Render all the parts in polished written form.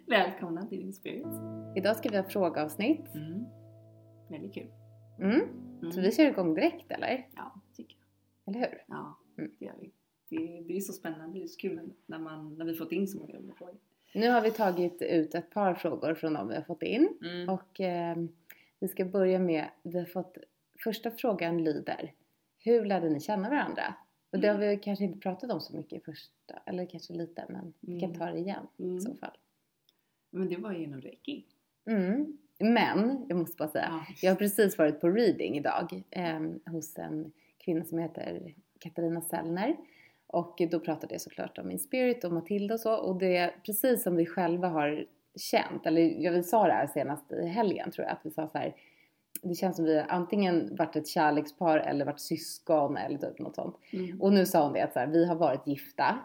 Välkomna till Inspirit. Idag ska vi ha frågeavsnitt. Väldigt kul. Så vi kör igång direkt, eller? Ja, tycker jag. Eller hur? Ja, det gör vi. Det är så spännande. Det är så kul när vi fått in så många roliga frågor. Nu har vi tagit ut ett par frågor från dem vi har fått in. Och vi ska börja med, vi har fått, första frågan lyder: hur lärde ni känna varandra? Och det har vi kanske inte pratat om så mycket i första, eller kanske lite, men vi kan ta det igen i så fall. Men det var genom reiki. Men, jag måste bara säga, jag har precis varit på reading idag hos en kvinna som heter Katarina Sellner. Och då pratade jag såklart om Inspirit och Matilda och så. Och det är precis som vi själva har känt, eller vi sa det här senast i helgen tror jag, att vi sa så här: det känns som vi antingen varit ett kärlekspar eller varit syskon eller typ något sånt. Och nu sa hon det att så här, vi har varit gifta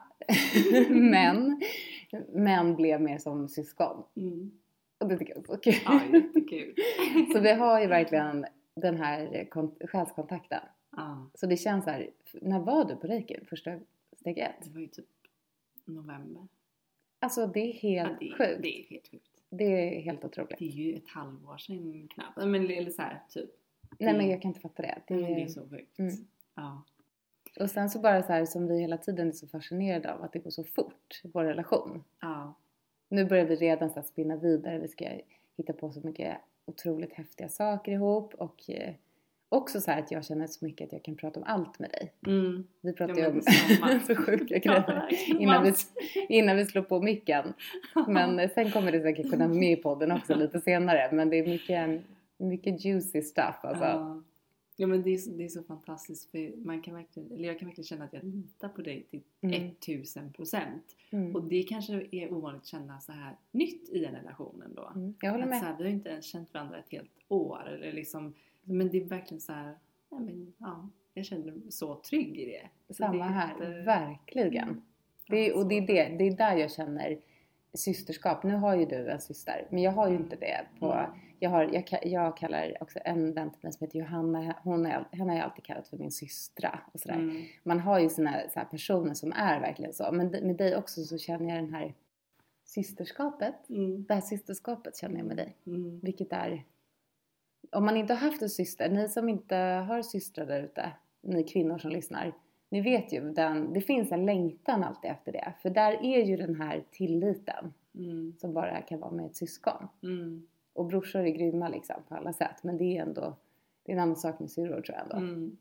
men blev mer som syskon. Och det tycker jag är så kul. Ja, jättekul. Så vi har ju verkligen den här själskontakten. Så det känns så här, när var du på reiki första steg 1? Det var ju typ november. Alltså det är helt sjukt. Det är helt sjukt. Det är helt otroligt. Det är ju ett halvår sedan knappt. Men eller så här, typ. Nej, men jag kan inte fatta det. Det är så sjukt. Ja. Och sen så bara så här, som vi hela tiden är så fascinerade av, att det går så fort, vår relation. Ja. Nu börjar vi redan så här spinna vidare. Vi ska hitta på så mycket otroligt häftiga saker ihop. Och också så här att jag känner så mycket att jag kan prata om allt med dig. Vi pratar ju om så sjuka grejer innan vi slår på micken. Men sen kommer det säkert kunna vara med i podden också lite senare. Men det är mycket juicy stuff alltså. Ja, men det är så fantastiskt, för jag kan verkligen känna att jag litar på dig till 1000%. Och det kanske är ovanligt att känna så här nytt i en relation ändå. Jag håller med. Så här, vi har inte ens känt varandra ett helt år eller liksom, men det är verkligen så här, jag känner mig så trygg i det. Samma här, verkligen. Det är där jag känner systerskap. Nu har ju du en syster, men jag har ju inte det på. Jag kallar också en vän till mig som heter Johanna. Henne har jag alltid kallat för min systra och sådär. Man har ju såna så här personer som är verkligen så. Men med dig också så känner jag den här systerskapet. Det här systerskapet känner jag med dig. Vilket är, om man inte har haft en syster, ni som inte har systrar där ute, ni kvinnor som lyssnar, ni vet ju, det finns en längtan alltid efter det. För där är ju den här tilliten som bara kan vara med ett syskon. Och brorsor är grymma liksom på alla sätt. Men det är ändå, det är en annan sak med syror tror jag ändå.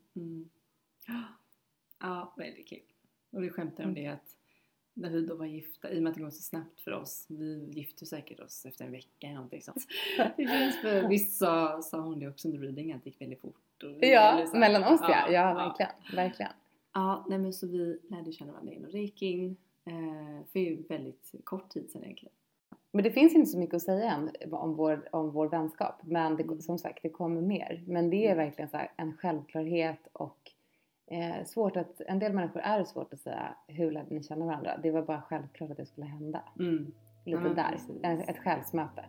Ja, väldigt kul. Och vi skämtar om det att när vi då var gifta, i och med att det går så snabbt för oss, vi gifte säkert oss efter en vecka eller någonting sånt. Det känns för, visst sa hon det också under reading, att det gick väldigt fort. Och mellan oss ja, verkligen. Ja, nej men så vi lärde känna varandra genom reiki för väldigt kort tid sedan egentligen. Men det finns inte så mycket att säga än om vår vänskap. Men det, som sagt, det kommer mer. Men det är verkligen så här en självklarhet och svårt att, en del människor är svårt att säga hur lärde ni känna varandra. Det var bara självklart att det skulle hända. Lite där, ett själsmöte.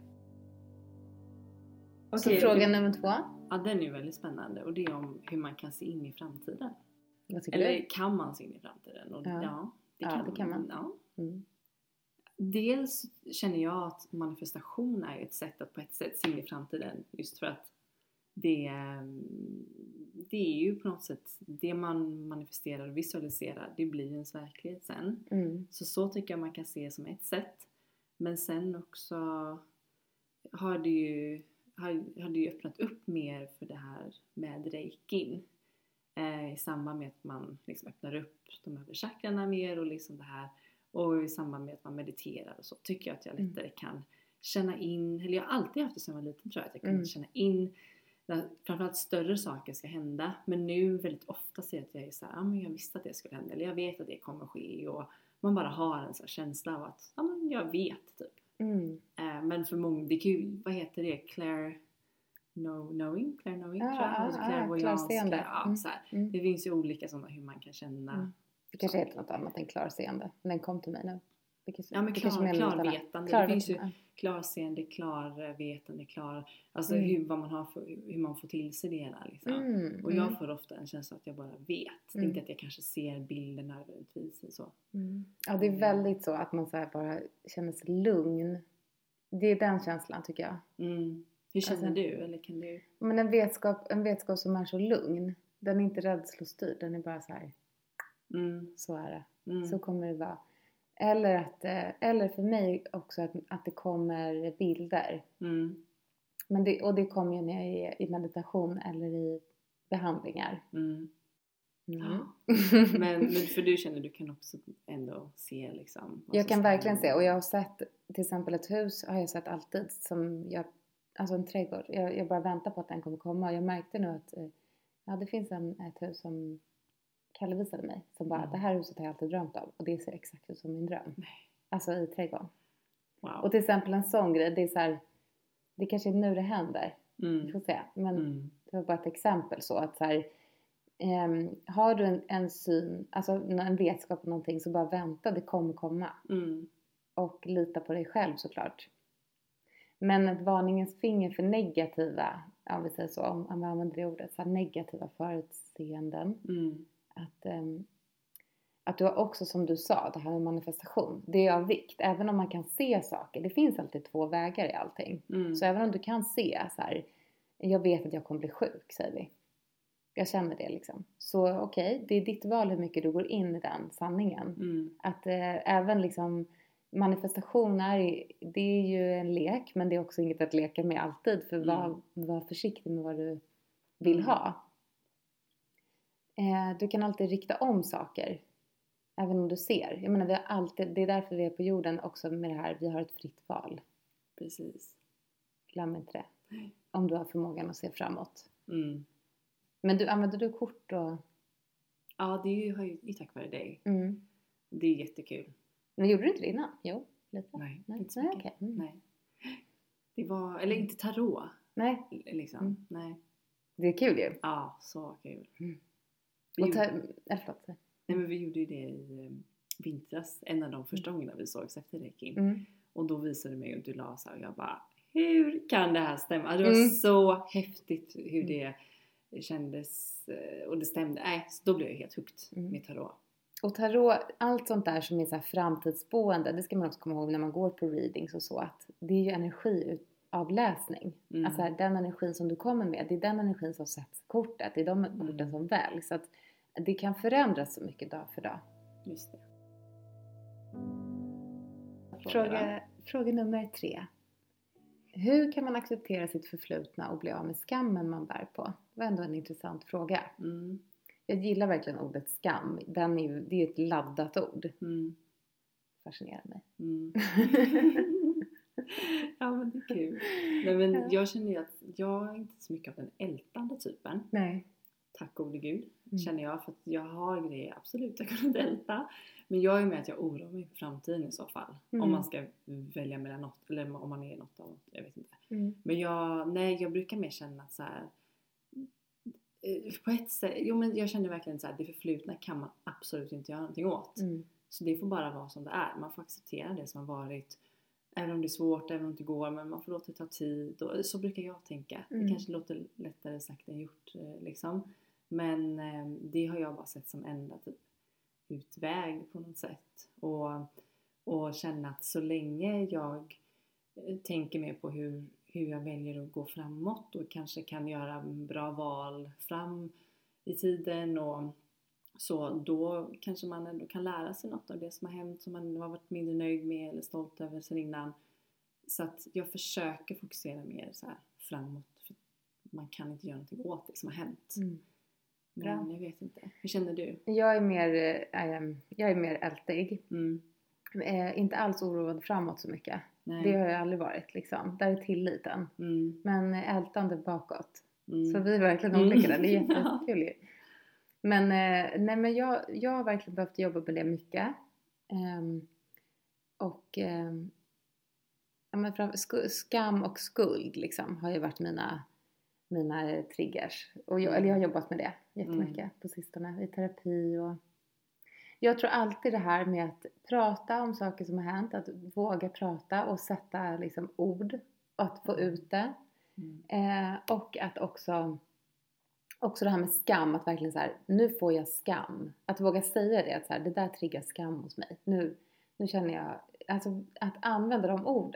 Så fråga nummer 2. Ja, den är ju väldigt spännande. Och det är om hur man kan se in i framtiden. Eller kan man se in i framtiden? Och det kan man. Ja. Dels känner jag att manifestation är ett sätt att på ett sätt se in i framtiden. Just för att det är ju på något sätt det man manifesterar och visualiserar. Det blir ens verklighet sen. Så tycker jag man kan se som ett sätt. Men sen också har det ju öppnat upp mer för det här med reikin. I samband med att man liksom öppnar upp de här chakrarna mer och liksom det här. Och i samband med att man mediterar och så tycker jag att jag lättare kan känna in. Eller jag har alltid haft det som jag var liten, tror jag. Att jag kan känna in framförallt större saker ska hända. Men nu väldigt ofta ser jag att jag är så här, men jag visste att det skulle hända. Eller jag vet att det kommer ske. Och man bara har en sån känsla av att men jag vet typ. Men för många, det är ju, vad heter det? Knowing, tror jag. Klarseende. Det finns ju olika sådana hur man kan känna. Det kanske heter något annat än klarseende. Men den kom till mig nu. Klarvetande. Det finns ju klarseende, klarvetande, alltså hur man får till sig det hela liksom. Och jag får ofta en känsla att jag bara vet. Inte att jag kanske ser bilden nödvändigtvis så. Ja, det är väldigt så att man så här bara känner sig lugn Det är den känslan tycker jag. Hur känner Alltså, du? Eller kan du? Men en vetskap som är så lugn. Den är inte rädslostyrd. Den är bara så här. Så är det. Så kommer det vara. Eller för mig också att det kommer bilder. Men det kommer ju när jag är i meditation eller i behandlingar. Ja. Men för du känner du kan också ändå se liksom. Jag kan verkligen se. Och jag har sett till exempel ett hus har jag sett alltid som jag, alltså en trädgård. Jag bara väntar på att den kommer komma. Och jag märkte nu att det finns ett hus som Kalle visade mig. Som bara, det här huset har jag alltid drömt om. Och det ser exakt ut som min dröm. Alltså i trädgården. Wow. Och till exempel en sån grej. Det är så här, det kanske är nu det händer. Vi får se. Men det var bara ett exempel så att så här. Har du en syn, alltså en vetskap om någonting, så bara vänta, det kommer komma. Och lita på dig själv såklart. Men ett varningens finger för negativa, om vi säger så, om vi använder det ordet, så här negativa förutseenden. Att du har också, som du sa, det här med manifestation. Det är av vikt, även om man kan se saker. Det finns alltid två vägar i allting. Så även om du kan se så här, jag vet att jag kommer bli sjuk, säger vi. Jag känner det liksom. Så okej, det är ditt val hur mycket du går in i den sanningen. Att även liksom manifestationer, det är ju en lek. Men det är också inget att leka med alltid. För var försiktig med vad du vill ha. Du kan alltid rikta om saker. Även om du ser. Jag menar, vi har alltid, det är därför vi är på jorden också med det här. Vi har ett fritt val. Precis. Glöm inte det. Om du har förmågan att se framåt. Men använder du kort och... Ja, det är ju tack vare dig. Det är jättekul. Men gjorde du inte det innan? Jo, lite. Nej, inte så mycket. Okay. Nej. Det var, eller inte tarot. Nej. Liksom. Nej. Det är kul ju. Ja, så kul. Nej, men vi gjorde ju det i vintras. En av de första gångerna vi sågs efter Reiki. Och då visade du mig och du la så här, och jag bara, hur kan det här stämma? Det var så häftigt hur det kändes och det stämde. Så då blev jag helt hooked med tarot. Och tarot, allt sånt där som är så här framtidsboende, det ska man också komma ihåg när man går på readings och så, att det är ju energiavläsning. Alltså den energin som du kommer med, det är den energin som sätts kortet, det är de korten som väljs. Så att det kan förändras så mycket dag för dag. Just det. Fråga nummer 3. Hur kan man acceptera sitt förflutna och bli av med skammen man bär på? Det var ändå en intressant fråga. Jag gillar verkligen ordet skam. Det är ju ett laddat ord. Fascinerar mig. Ja, men det är kul. Nej, men jag känner ju att jag är inte så mycket av den ältande typen. Nej. Tack gode gud. Känner jag, för att jag har grejer absolut jag kan älta. Men jag är med att jag oroar mig för framtiden i så fall. Om man ska välja mellan något. Eller om man är något av, jag vet inte. Men jag brukar mer känna att så här. På ett sätt, men jag känner verkligen så här, det förflutna kan man absolut inte göra någonting åt. Så det får bara vara som det är. Man får acceptera det som har varit. Även om det är svårt, även om det inte går. Men man får låta det ta tid. Och så brukar jag tänka. Det kanske låter lättare sagt än gjort. Liksom. Men det har jag bara sett som enda typ utväg på något sätt. Och känna att så länge jag tänker mer på hur jag väljer att gå framåt. Och kanske kan göra bra val fram i tiden. Och så då kanske man ändå kan lära sig något av det som har hänt. Som man har varit mindre nöjd med eller stolt över sen innan. Så att jag försöker fokusera mer så här framåt. För man kan inte göra någonting åt det som har hänt. Men jag vet inte. Hur känner du? Jag är mer ältig. Inte alls oroad framåt så mycket. Nej. Det har jag aldrig varit liksom. Där är tilliten. Men ältande bakåt. Så vi är verkligen olika där. Det är jättekul ju. Men jag har verkligen behövt jobba med det mycket. Skam och skuld liksom har ju varit mina triggers. Och jag har jobbat med det jättemycket på sistone i terapi. Och jag tror alltid det här med att prata om saker som har hänt. Att våga prata och sätta liksom ord. Och att få ut det. Och att också det här med skam. Att verkligen så här, nu får jag skam. Att våga säga det. Att så här, det där triggar skam hos mig. Nu känner jag, alltså att använda de orden.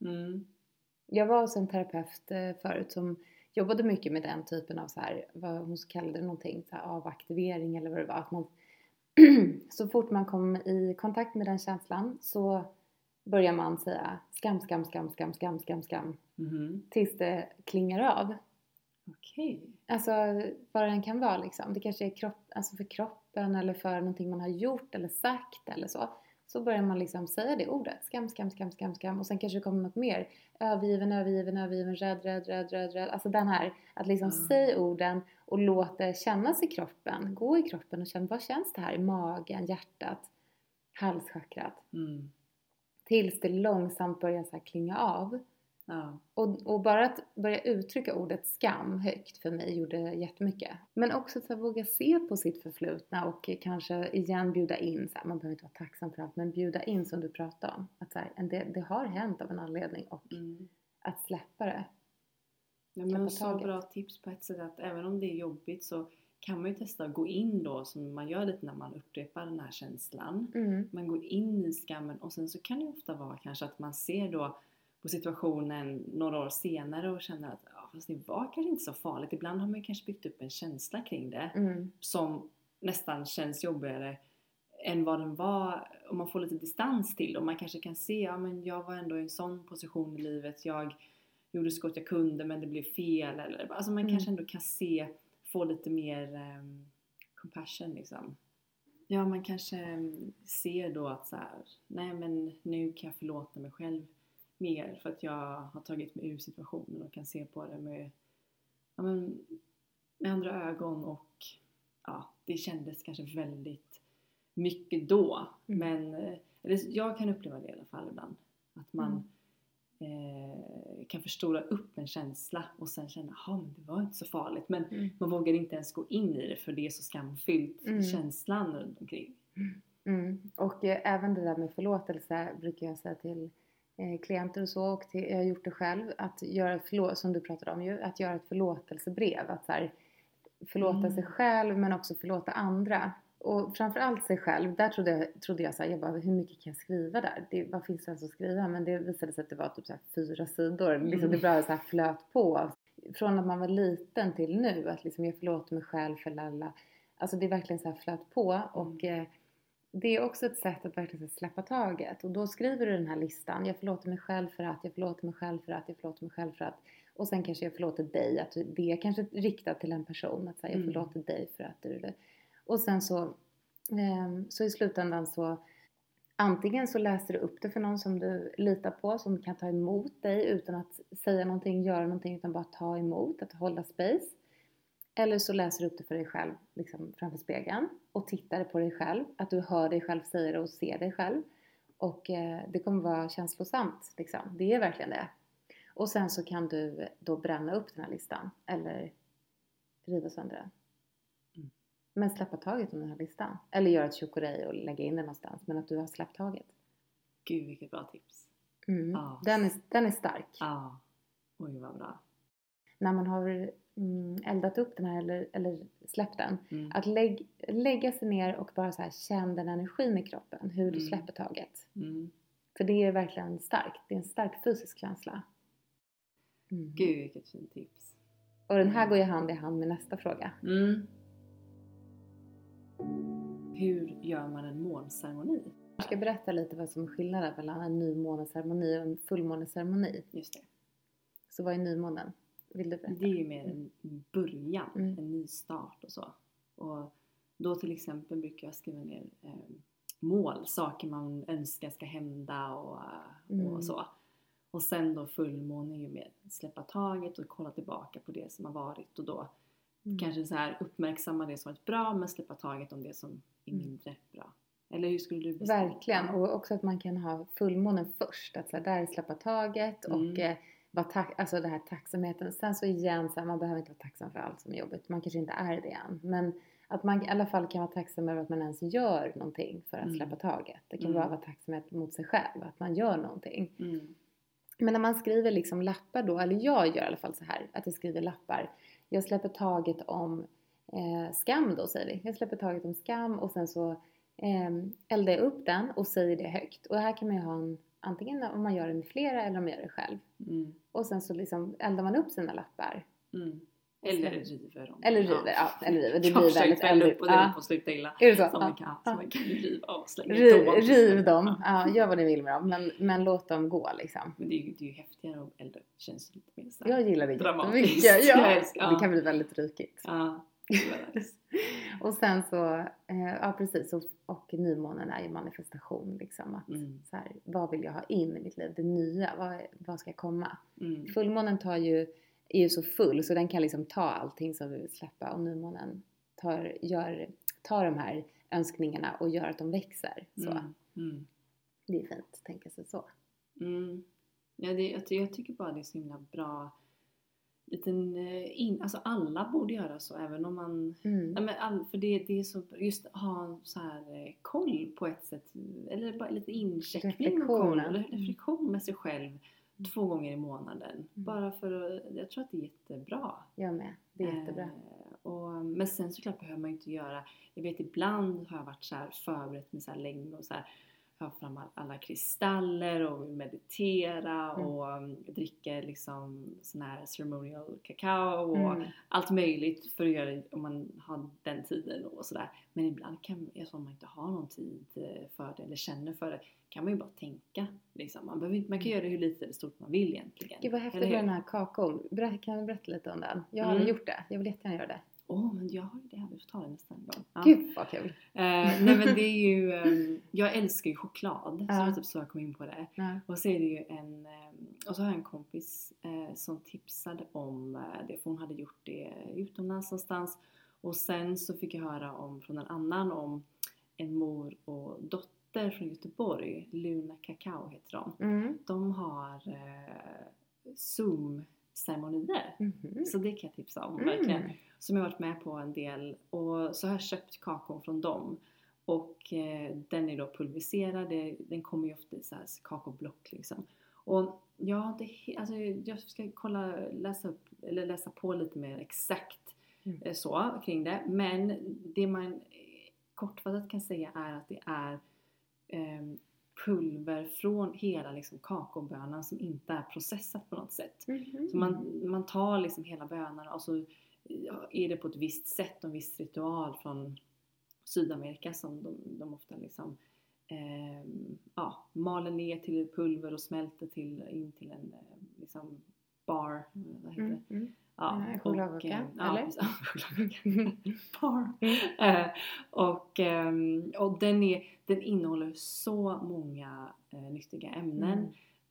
Mm. Jag var hos en terapeut förut som jobbade mycket med den typen av så här, vad hon kallade det någonting, så här avaktivering eller vad det var. Att man, så fort man kom i kontakt med den känslan så börjar man säga skam, skam, skam, skam, skam, skam, skam. Tills det klingar av. Okej. Alltså vad den kan vara liksom. Det kanske är alltså för kroppen eller för någonting man har gjort eller sagt eller så. Så börjar man liksom säga det ordet. Skam, skam, skam, skam, skam. Och sen kanske det kommer något mer. Övergiven, övergiven, övergiven, rädd. Alltså den här, att liksom säga orden och låt det kännas i kroppen. Gå i kroppen och känna, vad känns det här i magen, hjärtat, halschakrat. Tills det långsamt börjar så här klinga av. Ja. Och bara att börja uttrycka ordet skam högt för mig gjorde jättemycket. Men också att våga se på sitt förflutna och kanske igen bjuda in. Så här, man behöver inte vara tacksam för allt, men bjuda in som du pratade om. Att så här, det har hänt av en anledning och att släppa det. Ja, men så bra tips på ett sätt att även om det är jobbigt så kan man ju testa att gå in då som man gör lite när man upprepar den här känslan. Man går in i skammen och sen så kan det ofta vara kanske att man ser då på situationen några år senare och känner att fast det var kanske inte så farligt. Ibland har man ju kanske byggt upp en känsla kring det som nästan känns jobbigare än vad den var om man får lite distans till. Och man kanske kan se, men jag var ändå i en sån position i livet. Jag gjorde så gott jag kunde men det blev fel. Eller, alltså man kanske ändå kan se, få lite mer compassion liksom. Ja, man kanske ser då att så här, nej men nu kan jag förlåta mig själv mer för att jag har tagit mig ur situationen och kan se på det med andra ögon och det kändes kanske väldigt mycket då men eller jag kan uppleva det i alla fall ibland att man kan förstora upp en känsla och sen känna men det var inte så farligt men man vågar inte ens gå in i det för det är så skamfyllt känslan runt omkring. Och även det där med förlåtelse brukar jag säga till klienter och så, och jag har gjort det själv, att göra som du pratade om ju, att göra ett förlåtelsebrev, att så här, förlåta sig själv men också förlåta andra, och framförallt sig själv. Där trodde jag så här, jag bara, hur mycket kan jag skriva där? Vad finns det ens att skriva? Men det visade sig att det var typ så här 4 sidor, liksom det bara så här flöt på från att man var liten till nu, att liksom jag förlåter mig själv för alla, alltså det är verkligen så här flöt på och det är också ett sätt att verkligen släppa taget. Och då skriver du den här listan. Jag förlåter mig själv för att, jag förlåter mig själv för att, jag förlåter mig själv för att. Och sen kanske jag förlåter dig. Att det är kanske riktat till en person. Att säga, jag förlåter dig för att du det. Och sen så i slutändan så antingen så läser du upp det för någon som du litar på. Som kan ta emot dig utan att säga någonting, göra någonting. Utan bara ta emot, att hålla space. Eller så läser du upp det för dig själv liksom framför spegeln och tittar på dig själv. Att du hör dig själv säga det och ser dig själv. Och det kommer vara känslosamt. Liksom. Det är verkligen det. Och sen så kan du då bränna upp den här listan. Eller riva sönder den. Men släppa taget om den här listan. Eller göra ett tjokorej och lägga in den någonstans. Men att du har släppt taget. Gud vilket bra tips. Den är stark. Ja. Oj vad bra. När man har eldat upp den här eller släppt den. Att lägga sig ner och bara så här känna den energin i kroppen. Hur du släpper taget. För det är verkligen starkt. Det är en stark fysisk känsla. Gud vilket fint tips. Och den här går ju hand i hand med nästa fråga. Hur gör man en månceremoni? Jag ska berätta lite vad som är skillnaden mellan en nymåneceremoni och en fullmåneceremoni. Just det. Så vad är nymånen? Vill du berätta? Det är ju mer en början, en ny start och så. Och då till exempel brukar jag skriva ner mål, saker man önskar ska hända och så. Och sen då fullmåne är ju mer släppa taget och kolla tillbaka på det som har varit. Och då kanske så här uppmärksamma det som varit bra men släppa taget om det som är mindre bra. Eller hur skulle du beskriva? Verkligen, och också att man kan ha fullmånen först. Att så här, där släppa taget och alltså det här tacksamheten. Sen så igen, så här, man behöver inte vara tacksam för allt som är jobbigt. Man kanske inte är det än. Men att man i alla fall kan vara tacksam över att man ens gör någonting för att släppa taget. Det kan bara vara tacksamhet mot sig själv. Att man gör någonting. Men när man skriver liksom lappar då. Eller jag gör i alla fall så här. Att jag skriver lappar. Jag släpper taget om skam då, säger vi. Jag släpper taget om skam och sen så eldar jag upp den och säger det högt. Och här kan man ju ha en antingen om man gör det med flera eller om man gör det själv. Mm. Och sen så liksom eldar man upp sina lappar. Mm. Eller river dem. Eller river, eller river. Det jag blir väldigt upp och det är på att sluta illa. Är det så? Som man kan riva av och slänga riv dem. Ja, gör vad ni vill med dem. Men låt dem gå liksom. Men det är ju häftigare att elda upp. Det känns lite mer så här jag gillar det dramatiskt. jättemycket. Ja. Det kan bli väldigt rykigt. Ja. Och sen så, ja precis, och nymånen är ju manifestation liksom, att så här, vad vill jag ha in i mitt liv, det nya, vad ska komma? Fullmånen är ju så full så den kan liksom ta allting som vi vill släppa, och nymånen tar de här önskningarna och gör att de växer så. Det är fint, tänka sig så. Ja, jag tycker bara det är så himla bra. Alltså alla borde göra så, även om man för det är så, just ha så här koll på ett sätt, eller bara lite incheckning reflektion med sig själv 2 gånger i månaden, bara för jag tror att det är jättebra. Jag med, det är jättebra. Men sen såklart behöver man ju inte göra, jag vet ibland har jag varit så här förberett med så här länge och så här, ha fram alla kristaller och meditera och dricka liksom sån här ceremonial kakao och allt möjligt för att göra det om man har den tiden och sådär. Men ibland om man inte har någon tid för det eller känner för det, kan man ju bara tänka liksom. Man kan göra det hur lite eller stort man vill egentligen. Gud vad häftigt med den här kakon. Kan du berätta lite om den? Jag har aldrig gjort det. Jag vill jättegärna göra det. Men jag har ju det här, vi får ta det nästa gång. Ja. Gud vad kul. Nej men det är ju, jag älskar ju choklad. Så det var typ så jag kom in på det. Och så är det ju och så har jag en kompis som tipsade om det. För hon hade gjort det utomlands någonstans. Och sen så fick jag höra från en annan om en mor och dotter från Göteborg. Luna Kakao heter de. De har Zoom-ceremonier. Så det kan jag tipsa om verkligen. Som jag har varit med på en del. Och så har jag köpt kakon från dem. Och den är då pulveriserad. Den kommer ju ofta i så här kakoblock liksom. Och ja, alltså jag ska läsa på lite mer exakt så kring det. Men det man kortfattat kan säga är att det är pulver från hela liksom kakaobönan som inte är processat på något sätt. Så man tar liksom hela bönan och så är det på ett visst sätt, en viss ritual från Sydamerika som de ofta liksom maler ner till pulver och smälter in till en liksom bar, vad heter det? Chokladkaka, eller? Bar. Och den innehåller så många nyttiga ämnen.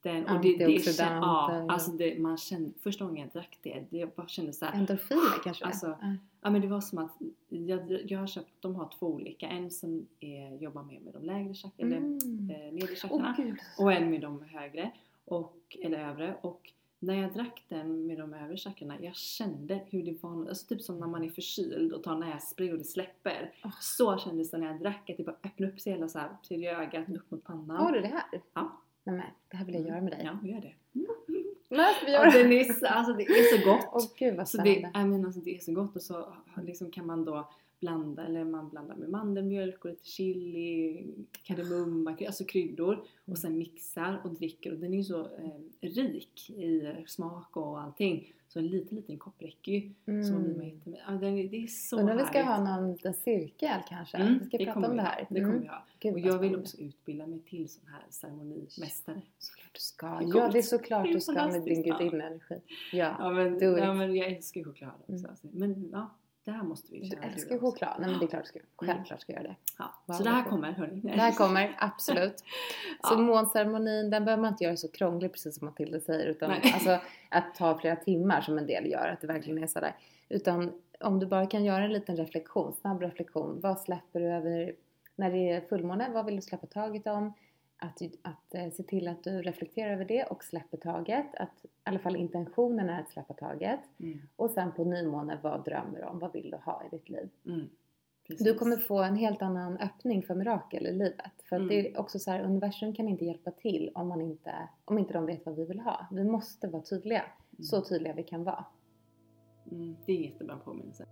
Man kände första gången jag drack det bara kände så här, endorfiner kanske. Alltså, ja men det var som att jag har köpt, de har 2 olika, en som jobbar med de lägre chakran eller nedre chakrarna och en med de högre eller övre, och när jag drack den med de övre chakrarna, jag kände hur det var, alltså typ som när man är förkyld och tar nässpray och det släpper. Så kändes det när jag drack, att det bara öppnade upp sig hela så här till ögat upp mot pannan. Har du det här? Ja. Nej, det här vill jag göra med dig. Ja, gör det. Det är så gott. Gud vad spännande. Det är så gott, och så liksom kan man då man blandar med mandelmjölk och lite chili, kardemumma, alltså kryddor, och sen mixar och dricker, och den är ju så rik i smak och allting, så en liten kopp räcker ju. Så det är så härligt. Vi ska ha någon liten cirkel kanske. Vi ska prata om det här. Det kommer vi ha. Och jag vill också utbilda mig till sån här ceremonimästare. Såklart du ska. Ja, det är såklart du ska med din gudinnenergi. Men jag älskar choklad också. Men ja, det här måste vi köra. Du älskar choklad. Nej, men det är klart du ska. Självklart ska jag göra det. Ja. Så det här kommer, hörni. Det här kommer, absolut. Så månceremonin, den behöver man inte göra så krånglig, precis som Matilda säger. Utan alltså, att ta flera timmar som en del gör. Att det verkligen är sådär. Utan om du bara kan göra en liten reflektion, snabb reflektion. Vad släpper du över när det är fullmåne? Vad vill du släppa taget om? Att se till att du reflekterar över det och släpper taget. Att i alla fall intentionen är att släppa taget. Och sen på nymåne, vad drömmer du om? Vad vill du ha i ditt liv? Du kommer få en helt annan öppning för mirakel i livet. För att det är också så här, universum kan inte hjälpa till om inte de vet vad vi vill ha. Vi måste vara tydliga. Så tydliga vi kan vara. Det är jättebra påminnelse.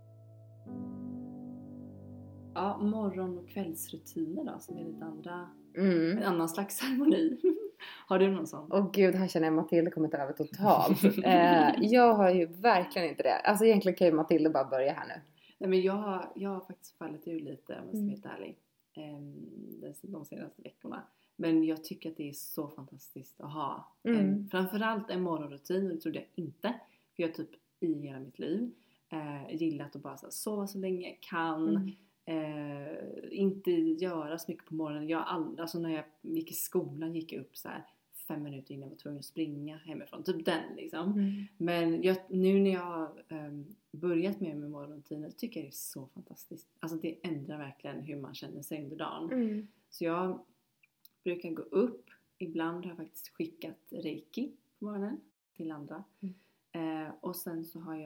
Ja, morgon- och kvällsrutiner då, som är lite andra, en annan slags ceremoni. Har du någon sån? Åh gud, här känner jag Matilda kommer ta över totalt. Jag har ju verkligen inte det. Alltså egentligen kan ju Matilda bara börja här nu. Nej, men jag har faktiskt fallit ur lite, om jag ska vara helt ärlig. De senaste veckorna. Men jag tycker att det är så fantastiskt att ha. Framförallt en morgonrutin. Och det trodde jag inte. För jag typ i hela mitt liv gillat att bara så här, sova så länge jag kan. Inte göra så mycket på morgonen. Alltså när jag gick i skolan gick jag upp så här 5 minuter innan jag var tvungen att springa hemifrån. Typ den liksom. Men nu när jag har börjat med morgonrutiner tycker jag det är så fantastiskt. Alltså det ändrar verkligen hur man känner sig under dagen. Så jag brukar gå upp. Ibland har jag faktiskt skickat reiki på morgonen till andra. Och sen så har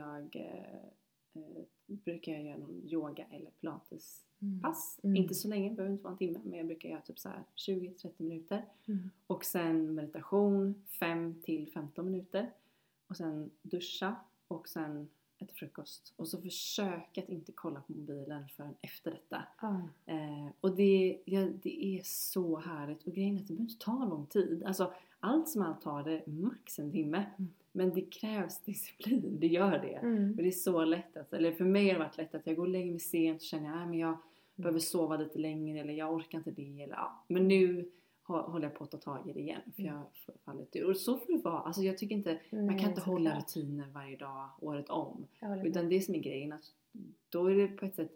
brukar jag göra någon yoga eller pilatespass. Inte så länge, behöver inte vara en timme. Men jag brukar göra typ så här 20-30 minuter. Och sen meditation 5-15 minuter. Och sen duscha. Och sen äta frukost. Och så försöka att inte kolla på mobilen förrän efter detta. Och det är så härligt. Och grejen är att det behöver inte ta lång tid. Alltså allt som allt tar det max en timme. Men det krävs disciplin, det gör det. Och det är så lätt att, eller för mig har det varit lätt att jag går och lägger mig sent och känner att jag behöver sova lite längre eller jag orkar inte det. Eller, ja. Men nu håller jag på att ta tag i det igen för jag fallit ur. Och så får det vara. Alltså jag tycker inte, man kan inte hålla rutiner varje dag, året om. Utan det som är grejen, att då är det på ett sätt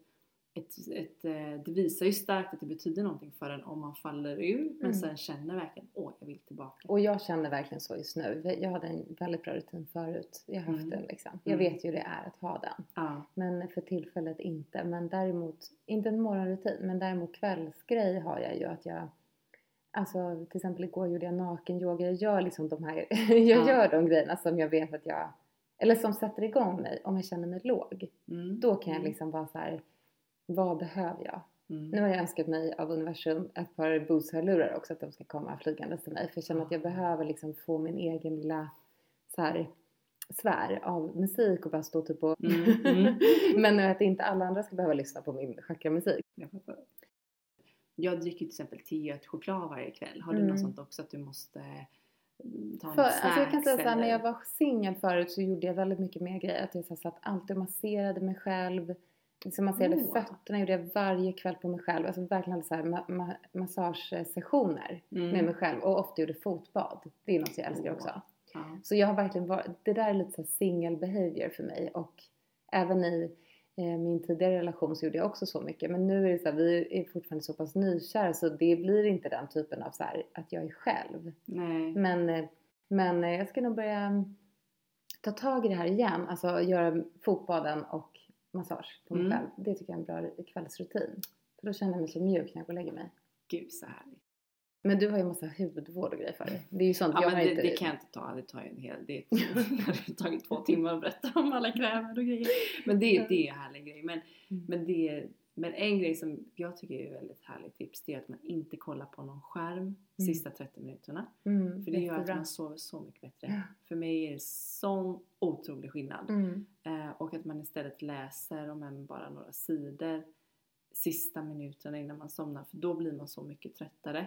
det visar ju starkt att det betyder någonting för en om man faller ur. Men sen känner verkligen, jag vill tillbaka. Och jag känner verkligen så just nu. Jag hade en väldigt bra rutin förut. Jag har haft den liksom. Jag vet ju hur det är att ha den. Men för tillfället inte. Men däremot, inte en morgonrutin. Men däremot kvällsgrej har jag ju att jag... Alltså till exempel igår gjorde jag nakenyoga. Jag gör liksom de här... jag gör de grejerna som jag vet att jag... Eller som sätter igång mig om jag känner mig låg. Då kan jag liksom bara så här... Vad behöver jag? Nu har jag önskat mig av universum ett par Bose-hörlurar också. Att de ska komma flygandes till mig. För jag känner att jag behöver liksom få min egen lilla så här, sfär av musik. Och bara stå typ på... Men att inte alla andra ska behöva lyssna på min chakra-musik. Jag dricker till exempel te och choklad varje kväll. Har du något sånt också att du måste ta en snacks? Alltså jag kan säga såhär, när jag var singel förut så gjorde jag väldigt mycket mer grejer. Att jag så satt alltid och masserade mig själv. Liksom masserade fötterna gjorde jag varje kväll på mig själv. Alltså verkligen hade så här massagesessioner med mig själv. Och ofta gjorde fotbad. Det är något jag älskar också. Så jag har verkligen varit, det där är lite så single behavior för mig. Och även i min tidigare relation så gjorde jag också så mycket. Men nu är det så här, vi är fortfarande så pass nykära. Så det blir inte den typen av så här, att jag är själv. Nej. Men jag ska nog börja ta tag i det här igen. Alltså göra fotbaden och massage på mig själv. Det tycker jag är en bra kvällsrutin. För då känner jag mig så mjuk när jag går och lägger mig. Gud så härligt. Men du har ju en massa huvudvård och grejer för dig. Det är ju sånt jag har inte... Det kan jag inte ta. Det tar ju en hel... Det har tagit 2 timmar att berätta om alla krämer och grejer. Men det är en härlig grej. Men en grej som jag tycker är ett väldigt härligt tips. Det är att man inte kollar på någon skärm sista 30 minuterna. För det gör att man sover så mycket bättre. För mig är det sån otrolig skillnad. Och att man istället läser om än bara några sidor sista minuterna innan man somnar. För då blir man så mycket tröttare.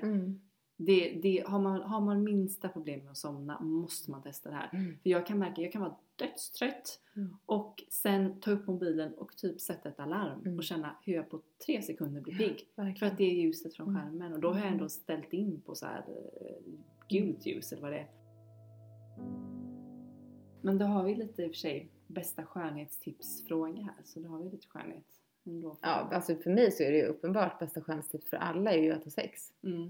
Har man minsta problem med att somna måste man testa det här. För jag kan märka, jag kan vara dödstrött och sen ta upp mobilen och typ sätta ett alarm och känna hur jag på 3 sekunder blir pigg. För att det är ljuset från skärmen. Och då har jag ändå ställt in på så här gult ljus eller vad det är. Men då har vi lite i och för sig bästa skönhetstipsfråga här. Så då har vi lite skönhet. Ja, alltså för mig så är det ju uppenbart bästa skönhetstips för alla är ju att ha sex.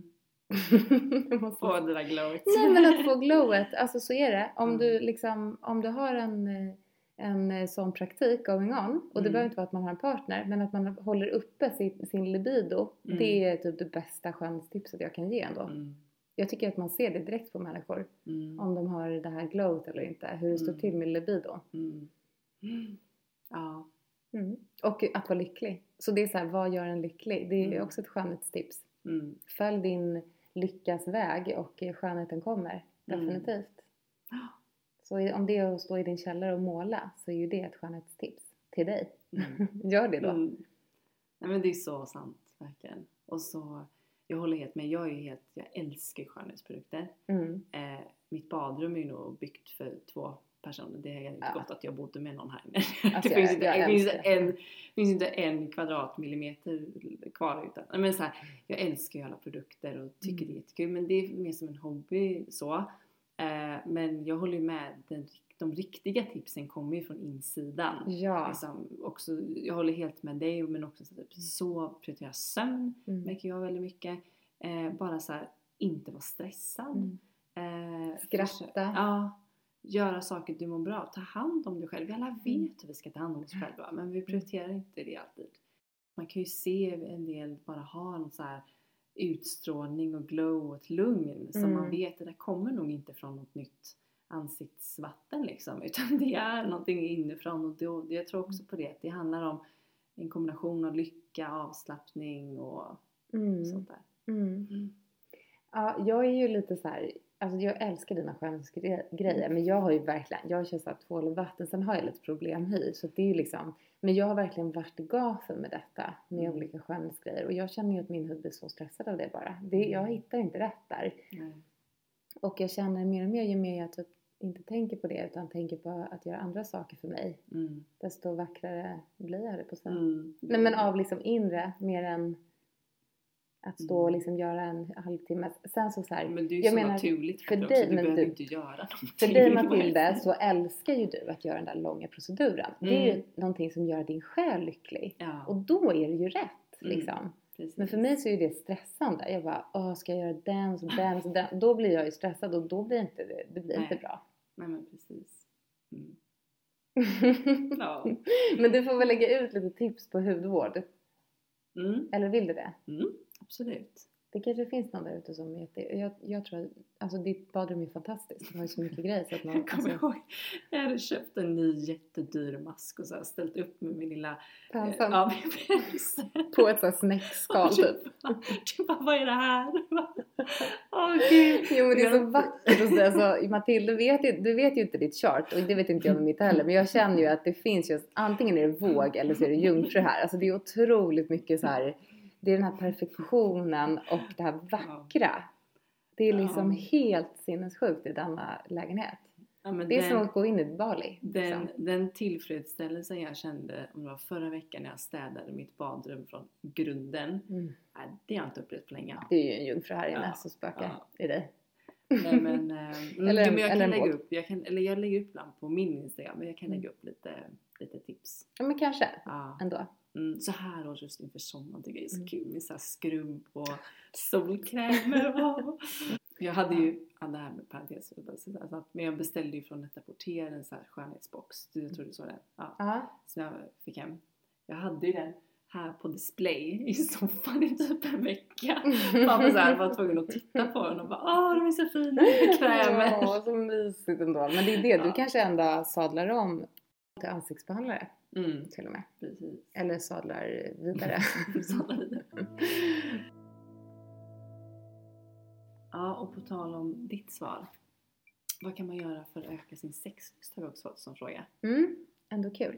Få det där glowet. Nej, men att få glowet, alltså så är det. Om du har en sån praktik going on, och det behöver inte vara att man har en partner, men att man håller uppe sin libido, det är typ det bästa skönhetstipset jag kan ge ändå. Jag tycker att man ser det direkt på människor, om de har det här glowet eller inte, hur det står till med libido. Ja. Och att vara lycklig. Så det är så här, vad gör en lycklig? Det är också ett skönhetstips. Följ din lyckas väg och skönheten kommer. Definitivt. Så om det är att stå i din källare och måla, så är ju det ett skönhetstips till dig. Gör det då. Nej, men det är så sant, verkligen. Och så, jag håller helt med. Jag älskar skönhetsprodukter. Mitt badrum är ju nog byggt för 2 personer. Det är inte gott att jag bodde med någon här inne. Alltså, det finns inte en kvadratmillimeter kvar utan. Men så här, jag älskar ju alla produkter och tycker det är jättekul. Men det är mer som en hobby så. Men jag håller ju med. De riktiga tipsen kommer ju från insidan. Ja. Liksom, också, jag håller helt med dig. Men också så prioritera sömn. Märker jag väldigt mycket. Bara så här, inte vara stressad. Skratta. Ja. Göra saker du mår bra. Ta hand om dig själv. Vi alla vet hur vi ska ta hand om oss själva. Men vi prioriterar inte det alltid. Man kan ju se en del bara ha en så här utstrålning och glow och ett lugn. Som man vet att det kommer nog inte från något nytt ansiktsvatten liksom. Utan det är någonting inifrån. Och jag tror också på det. Det handlar om en kombination av lycka, avslappning och sånt där. Ja, jag är ju lite så här. Alltså jag älskar dina skönhetsgrejer. Men jag har ju verkligen, jag kör såhär tvål och vatten. Sen har jag lite problemhy. Så det är ju liksom, men jag har verkligen varit i gasen med detta. Med olika skönhetsgrejer. Och jag känner ju att min hud blir så stressad av det bara. Jag hittar inte rätt där. Och jag känner mer och mer ju mer jag typ inte tänker på det. Utan tänker på att göra andra saker för mig. Desto vackrare blir jag det på sig. Nej men av liksom inre mer än att stå och liksom göra en halvtimme. Sen så här, men det är ju så naturligt för dig också. Du behöver inte göra någonting. För dig Matilda så älskar ju du att göra den där långa proceduren. Det är ju någonting som gör din själ lycklig. Ja. Och då är det ju rätt liksom. Precis. Men för mig så är det stressande. Jag bara, ska jag göra den. Då blir jag ju stressad och då blir det blir inte bra. Nej men precis. Ja. Men du får väl lägga ut lite tips på hudvård. Eller vill du det? Absolut. Det kanske finns någon där ute som vet det. Jag tror att alltså ditt badrum är fantastiskt. Det har ju så mycket grejer så att man... Jag kommer ihåg. Jag hade köpt en ny jättedyr mask och så här ställt upp med min lilla... Penseln. På ett sånt snäckskal typ. Du bara, vad är det här? Gud. Jo men det är så vackert och sådär. Så Matilda, du vet ju inte ditt chart. Och det vet inte jag med mitt heller. Men jag känner ju att det finns just... Antingen är det våg eller så är det jungfru här. Alltså det är otroligt mycket så här... Det är den här perfektionen och det här vackra. Det är liksom helt sinnessjukt i denna lägenhet. Ja, det är som att gå in i Bali. Den tillfredsställelsen jag kände om det var förra veckan när jag städade mitt badrum från grunden. Det har jag inte upplevt på länge. Det är ju en jungfru här inne som spökar i dig. Nej, men jag kan lägga upp. Jag lägger upp ibland på min Instagram. Men jag kan lägga upp lite tips. Ja men kanske ändå. Så här års just inför sommaren tycker jag är så kul med så här skrubb och solkrämer. Jag hade ju, det här med parentes, men jag beställde ju från Net-a-Porter en så här skönhetsbox. Jag tror du såg den? Ja. Som jag fick hem. Jag hade ju den här på display i soffan i typ en vecka. Pappa så här var tvungen att titta på den och bara, de är så fina krämer. Ja, så mysigt ändå. Men det är det, du kanske ändå sadlar om till ansiktsbehandlare. Till och med. Precis. Eller sadlar vidare. Ja, och på tal om ditt svar. Vad kan man göra för att öka sin sexlust? Har vi också fått som fråga. Ändå kul.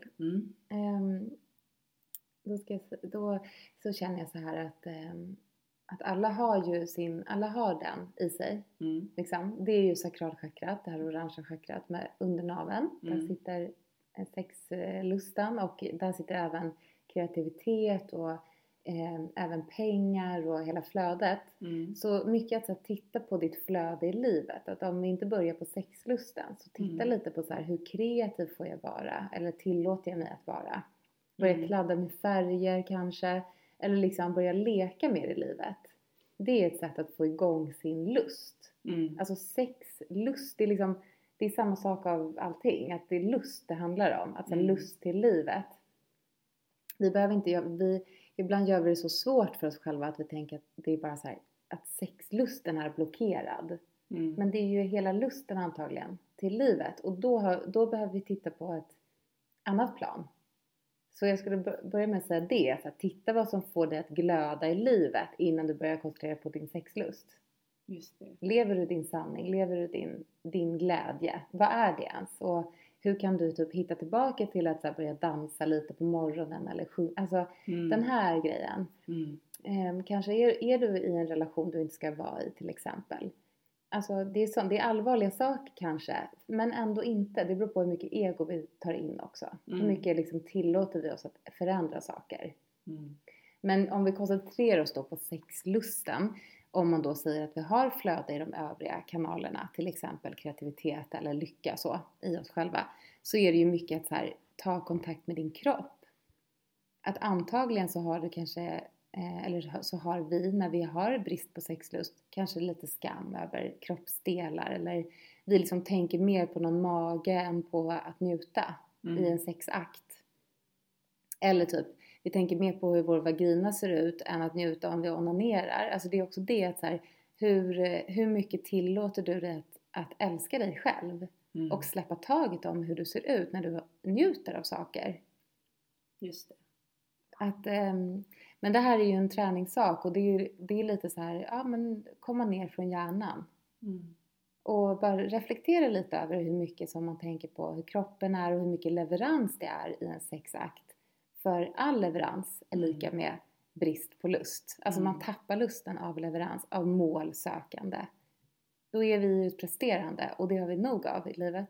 Då så känner jag så här att alla har den i sig. Liksom. Det är ju sakralchakrat, det här orangea chakrat med undernaveln. Där sitter sexlustan och där sitter även kreativitet och även pengar och hela flödet. Så mycket att titta på ditt flöde i livet. Att om vi inte börjar på sexlusten så titta lite på så här, hur kreativ får jag vara? Eller tillåter jag mig att vara? Börja kladda med färger kanske. Eller liksom börja leka mer i livet. Det är ett sätt att få igång sin lust. Alltså sexlust, det är liksom... Det är samma sak av allting. Att det är lust det handlar om. Alltså lust till livet. Vi behöver inte... Ibland gör vi det så svårt för oss själva att vi tänker att det är bara så här... Att sexlusten är blockerad. Men det är ju hela lusten antagligen till livet. Och då behöver vi titta på ett annat plan. Så jag skulle börja med att säga det. Så att titta vad som får dig att glöda i livet innan du börjar koncentrera på din sexlust. Just det. Lever du din sanning? Lever du din glädje? Vad är det ens? Och hur kan du typ hitta tillbaka till att så här, börja dansa lite på morgonen? Eller sjunga? Alltså den här grejen. Kanske är du i en relation du inte ska vara i till exempel. Alltså det är allvarliga saker kanske, men ändå inte. Det beror på hur mycket ego vi tar in också. Hur mycket liksom tillåter vi oss att förändra saker. Men om vi koncentrerar oss då på sexlusten, om man då säger att vi har flöde i de övriga kanalerna, till exempel kreativitet eller lycka så, i oss själva, så är det ju mycket att så här, ta kontakt med din kropp. Att antagligen så har du kanske, eller så har vi när vi har brist på sexlust kanske lite skam över kroppsdelar, eller vi liksom tänker mer på någon mage än på att njuta i en sexakt. Eller typ, vi tänker mer på hur vår vagina ser ut än att njuta om vi onanerar. Alltså det är också det att så här, hur mycket tillåter du dig att älska dig själv och släppa taget om hur du ser ut när du njuter av saker. Just det. Men det här är ju en träningssak och det är lite så här, ja men komma ner från hjärnan. Och bara reflektera lite över hur mycket som man tänker på hur kroppen är och hur mycket leverans det är i en sexakt. För all leverans är lika med brist på lust. Alltså man tappar lusten av leverans, av målsökande. Då är vi utpresterande och det har vi nog av i livet.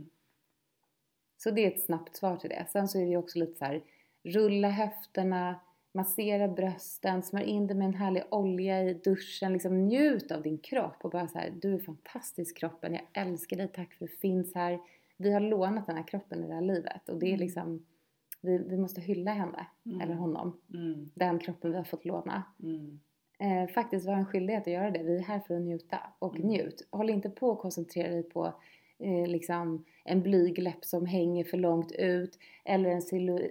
Så det är ett snabbt svar till det. Sen så är det också lite så här, rulla höfterna, massera brösten, smör in det med en härlig olja i duschen. Liksom njut av din kropp och bara så här, du är fantastisk kroppen, jag älskar dig, tack för att du finns här. Vi har lånat den här kroppen i det här livet och det är liksom, vi måste hylla henne eller honom. Den kroppen vi har fått låna. Faktiskt var en skyldighet att göra det. Vi är här för att njuta och njut. Håll inte på att koncentrera dig på liksom en blygläpp som hänger för långt ut eller en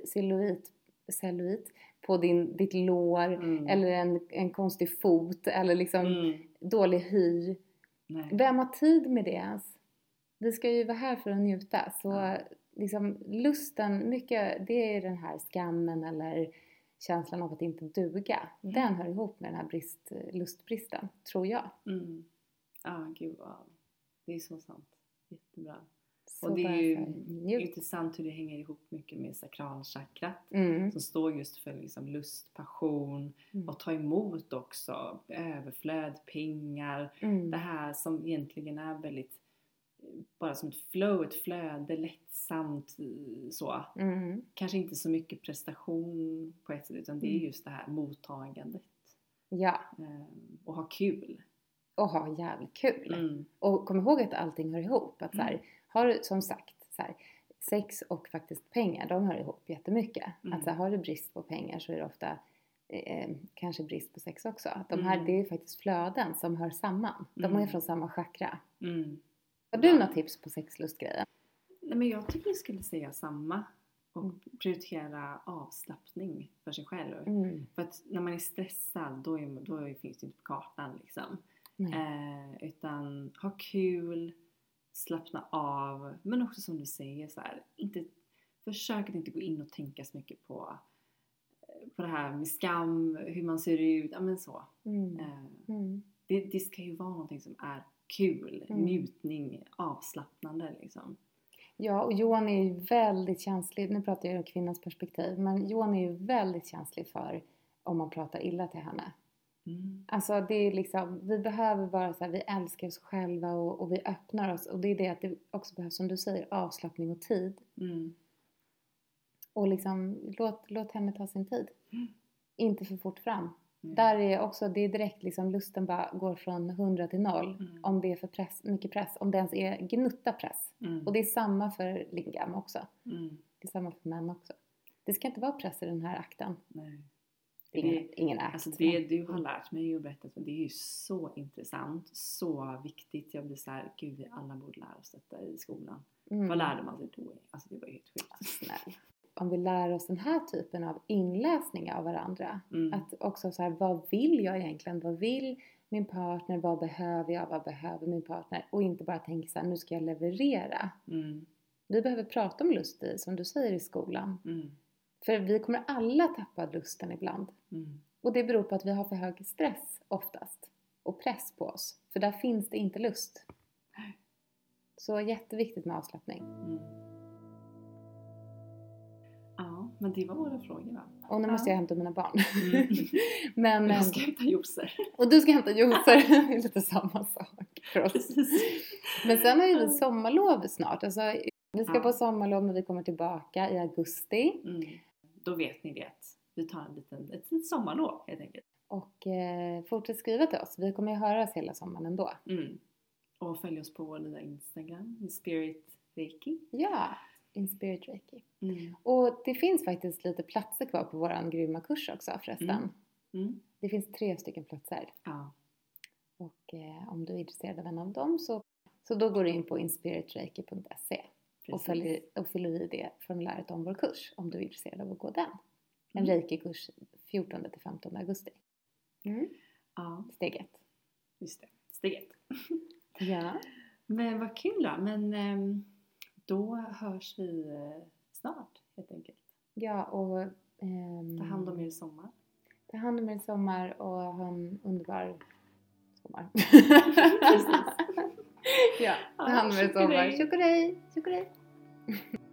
cellulit på ditt lår eller en konstig fot eller liksom dålig hy. Vem har tid med det ens? Vi ska ju vara här för att njuta. Så liksom lusten, mycket, det är den här skammen eller känslan av att inte duga. Den hör ihop med den här lustbristen, tror jag. Gud wow. Det är så sant. Jättebra. Så och det är ju intressant hur det hänger ihop mycket med sakralchakrat. Som står just för liksom lust, passion och ta emot också. Överflöd, pengar. Det här som egentligen är väldigt bara som ett flow, ett flöde, lättsamt så. Kanske inte så mycket prestation på ett sätt, utan det är just det här mottagandet. Ja. Och ha kul. Och ha jävligt kul. Och kom ihåg att allting hör ihop. Att så här, har du som sagt så här, sex och faktiskt pengar, de hör ihop jättemycket. Att så här, har du brist på pengar så är det ofta kanske brist på sex också. Att de här, det är faktiskt flöden som hör samman. De är från samma chakra. Har du några tips på sexlustgrejen? Nej, men jag tycker jag skulle säga samma. Och prioritera avslappning för sig själv. För att när man är stressad då finns det inte på kartan liksom. Utan ha kul, slappna av. Men också som du säger så här, försök att inte gå in och tänka så mycket på det här med skam, hur man ser ut. Ja men så. Det ska ju vara någonting som är kul, njutning, avslappnande liksom. Ja, och Johan är ju väldigt känslig, nu pratar jag ur kvinnans perspektiv, men Johan är ju väldigt känslig för om man pratar illa till henne. Alltså det är liksom, vi behöver vara så här, vi älskar oss själva och vi öppnar oss. Och det är det att det också behövs, som du säger, avslappning och tid. Och liksom, låt henne ta sin tid. Inte för fort fram. Där är också, det är direkt liksom, lusten bara går från 100 till 0. Om det är för mycket press, om det ens är gnutta press. Och det är samma för lingam också. Det är samma för män också. Det ska inte vara press i den här akten. Nej. Ingen akt. Alltså det du har lärt mig och berättat, det är ju så intressant, så viktigt. Jag blir så här, gud vi alla borde lära oss detta i skolan. Vad lärde man sig då? Alltså det var ju helt sjukt. Snäll. Om vi lär oss den här typen av inläsning av varandra. Att också så här, vad vill jag egentligen? Vad vill min partner? Vad behöver jag? Vad behöver min partner? Och inte bara tänka så här, nu ska jag leverera. Vi behöver prata om lust som du säger i skolan. För vi kommer alla tappa lusten ibland. Och det beror på att vi har för hög stress oftast. Och press på oss. För där finns det inte lust. Så jätteviktigt med avslappning. Ja, Men det var våra frågor, va? Och nu måste jag hämta mina barn. Mm. Men, Jag ska hämta juicer. och du ska hämta juicer. Det är lite samma sak för oss. Precis. Men sen har ju vi sommarlov snart. Alltså, vi ska Ja. på sommarlov när vi kommer tillbaka i augusti. Då vet ni det. Vi tar ett litet sommarlov helt enkelt. Och fortsätt skriva till oss. Vi kommer ju höras hela sommaren ändå. Och följ oss på vår nya Instagram, Inspirit Reiki. Ja, Inspirit Reiki. Och det finns faktiskt lite platser kvar på våran grymma kurs också förresten. Det finns 3 stycken platser. Ja. Och om du är intresserad av en av dem så då går du in på inspiritreiki.se och fyller i det formuläret om vår kurs om du är intresserad av att gå den. En reiki-kurs 14-15 augusti. Ja. Steg 1. Just det, steg 1. Ja. Men vad kul då. Men då hörs vi snart helt enkelt. Ja, och ta hand om er i sommar. Ta hand om er i sommar och ha en underbar sommar. Precis. Ja, ta hand om er i sommar. Tjock och hej.